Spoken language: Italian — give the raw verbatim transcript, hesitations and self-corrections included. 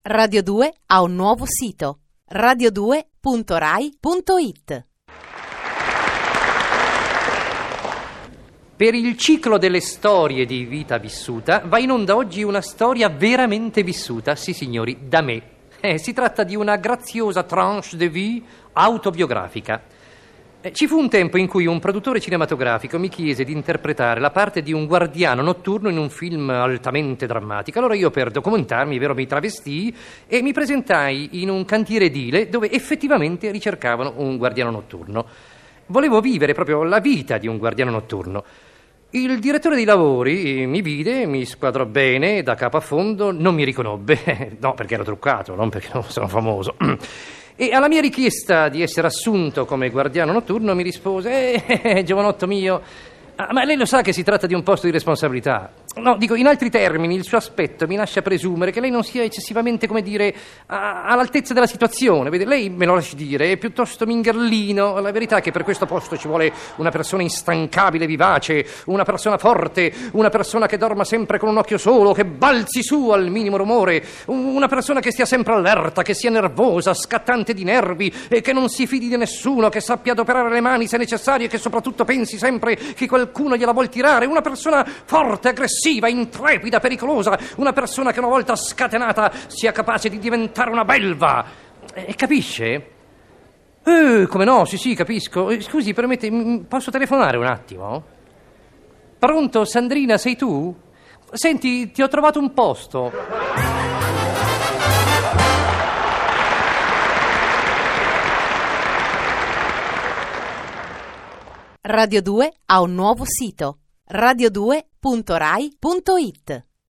Radio due ha un nuovo sito, radio due punto rai punto it. Per il ciclo delle storie di vita vissuta va in onda oggi una storia veramente vissuta, sì signori, da me. Eh, si tratta di una graziosa tranche de vie autobiografica. Eh, ci fu un tempo in cui un produttore cinematografico mi chiese di interpretare la parte di un guardiano notturno in un film altamente drammatico. Allora io, per documentarmi, vero, mi travestii e mi presentai in un cantiere edile dove effettivamente ricercavano un guardiano notturno. Volevo vivere proprio la vita di un guardiano notturno. Il direttore dei lavori mi vide, mi squadrò bene da capo a fondo, non mi riconobbe, no, perché ero truccato, non perché non sono famoso. E alla mia richiesta di essere assunto come guardiano notturno mi rispose: eh, giovanotto mio, ah, ma lei lo sa che si tratta di un posto di responsabilità. No, dico, in altri termini, il suo aspetto mi lascia presumere che lei non sia eccessivamente, come dire, a, all'altezza della situazione. Vede, lei, me lo lasci dire, è piuttosto mingerlino. La verità è che per questo posto ci vuole una persona instancabile, vivace, una persona forte, una persona che dorma sempre con un occhio solo, che balzi su al minimo rumore, una persona che stia sempre allerta, che sia nervosa, scattante di nervi, e che non si fidi di nessuno, che sappia adoperare le mani se necessario e che soprattutto pensi sempre che qualcuno gliela vuol tirare. Una persona forte, aggressiva, intrepida, pericolosa, una persona che una volta scatenata sia capace di diventare una belva. E capisce? Eh, come no, sì sì, capisco. Scusi, permette, posso telefonare un attimo? Pronto, Sandrina, sei tu? Senti, ti ho trovato un posto. Radio due ha un nuovo sito, radio due punto rai punto it.